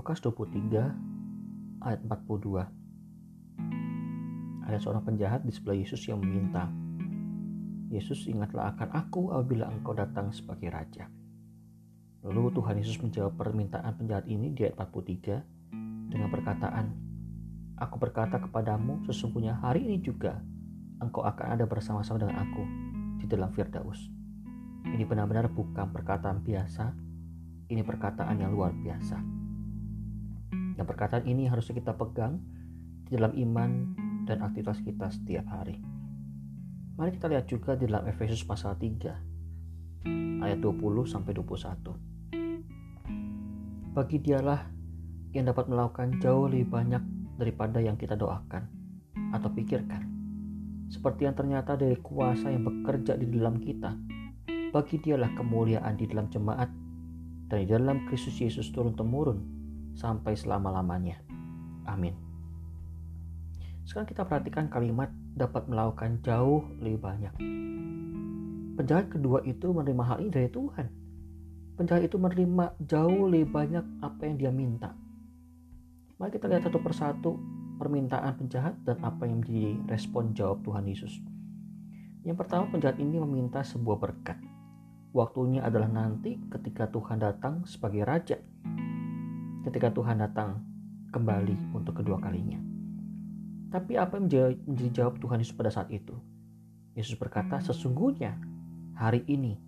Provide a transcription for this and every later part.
Lukas 23 ayat 42. Ada seorang penjahat di sebelah Yesus yang meminta, "Yesus, ingatlah akan aku apabila engkau datang sebagai raja." Lalu Tuhan Yesus menjawab permintaan penjahat ini di ayat 43 dengan perkataan, "Aku berkata kepadamu, sesungguhnya hari ini juga engkau akan ada bersama-sama dengan aku di dalam Firdaus." Ini benar-benar bukan perkataan biasa, ini perkataan yang luar biasa. Dan perkataan ini harusnya kita pegang di dalam iman dan aktivitas kita setiap hari. Mari kita lihat juga di dalam Efesus pasal 3 ayat 20-21. Bagi Dialah yang dapat melakukan jauh lebih banyak daripada yang kita doakan atau pikirkan, seperti yang ternyata dari kuasa yang bekerja di dalam kita. Bagi Dialah kemuliaan di dalam jemaat dan di dalam Kristus Yesus turun-temurun sampai selama-lamanya. Amin. Sekarang kita perhatikan kalimat dapat melakukan jauh lebih banyak. Penjahat kedua itu menerima hal ini dari Tuhan. Penjahat itu menerima jauh lebih banyak apa yang dia minta. Mari kita lihat satu persatu permintaan penjahat dan apa yang menjadi respon jawab Tuhan Yesus. Yang pertama, penjahat ini meminta sebuah berkat. Waktunya adalah nanti ketika Tuhan datang sebagai raja. Ketika Tuhan datang kembali untuk kedua kalinya. Tapi apa yang menjadi jawab Tuhan Yesus pada saat itu? Yesus berkata, "Sesungguhnya hari ini,"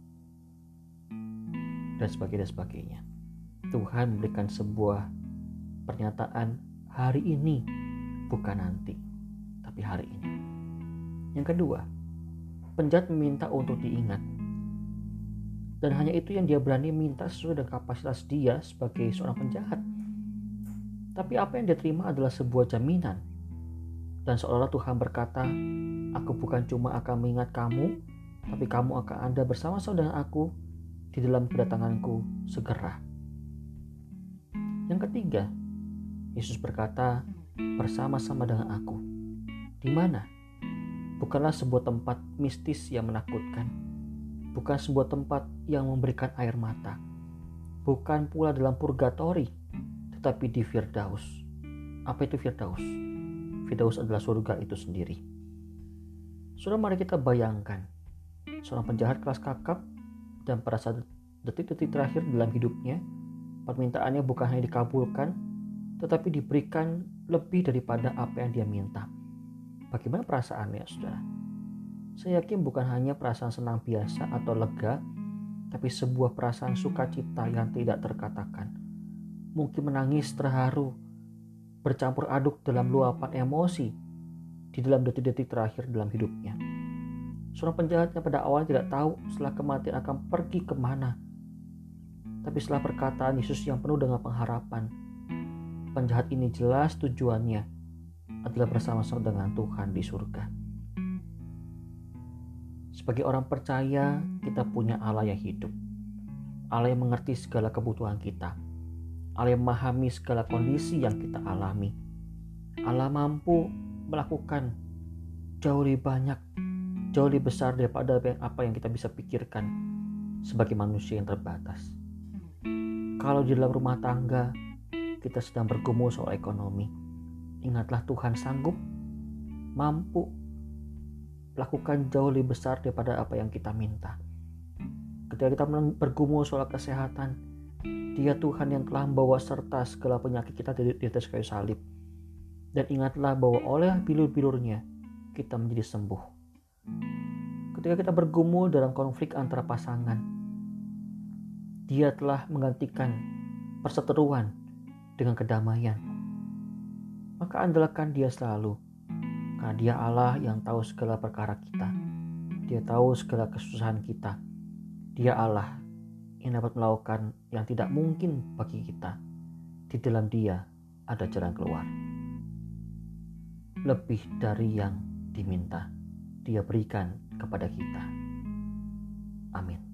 dan sebagainya. Tuhan memberikan sebuah pernyataan, hari ini, bukan nanti, tapi hari ini. Yang kedua, penjahat meminta untuk diingat. Dan hanya itu yang dia berani minta sesuai dengan kapasitas dia sebagai seorang penjahat. Tapi apa yang dia terima adalah sebuah jaminan. Dan seolah-olah Tuhan berkata, "Aku bukan cuma akan mengingat kamu, tapi kamu akan ada bersama-sama dengan aku di dalam kedatanganku segera." Yang ketiga, Yesus berkata, "Bersama-sama dengan aku." Di mana? Bukanlah sebuah tempat mistis yang menakutkan. Bukan sebuah tempat yang memberikan air mata. Bukan pula dalam purgatori, tetapi di Firdaus. Apa itu Firdaus? Firdaus adalah surga itu sendiri. Saudara, mari kita bayangkan seorang penjahat kelas kakap dan pada saat detik-detik terakhir dalam hidupnya, permintaannya bukan hanya dikabulkan, tetapi diberikan lebih daripada apa yang dia minta. Bagaimana perasaannya, saudara? Saya yakin bukan hanya perasaan senang biasa atau lega, tapi sebuah perasaan sukacita yang tidak terkatakan. Mungkin menangis terharu, bercampur aduk dalam luapan emosi di dalam detik-detik terakhir dalam hidupnya. Seorang penjahat yang pada awalnya tidak tahu setelah kematian akan pergi kemana. Tapi setelah perkataan Yesus yang penuh dengan pengharapan, penjahat ini jelas tujuannya adalah bersama-sama dengan Tuhan di surga. Sebagai orang percaya, kita punya Allah yang hidup. Allah yang mengerti segala kebutuhan kita. Allah yang memahami segala kondisi yang kita alami. Allah mampu melakukan jauh lebih banyak, jauh lebih besar daripada apa yang kita bisa pikirkan sebagai manusia yang terbatas. Kalau di dalam rumah tangga kita sedang bergumul soal ekonomi, ingatlah Tuhan sanggup, mampu lakukan jauh lebih besar daripada apa yang kita minta. Ketika kita bergumul soal kesehatan, Dia Tuhan yang telah membawa serta segala penyakit kita di atas kayu salib. Dan ingatlah bahwa oleh bilur-bilurnya kita menjadi sembuh. Ketika kita bergumul dalam konflik antara pasangan, Dia telah menggantikan perseteruan dengan kedamaian. Maka andalkan Dia selalu. Karena Dia Allah yang tahu segala perkara kita. Dia tahu segala kesusahan kita. Dia Allah yang dapat melakukan yang tidak mungkin bagi kita. Di dalam Dia ada jalan keluar. Lebih dari yang diminta, Dia berikan kepada kita. Amin.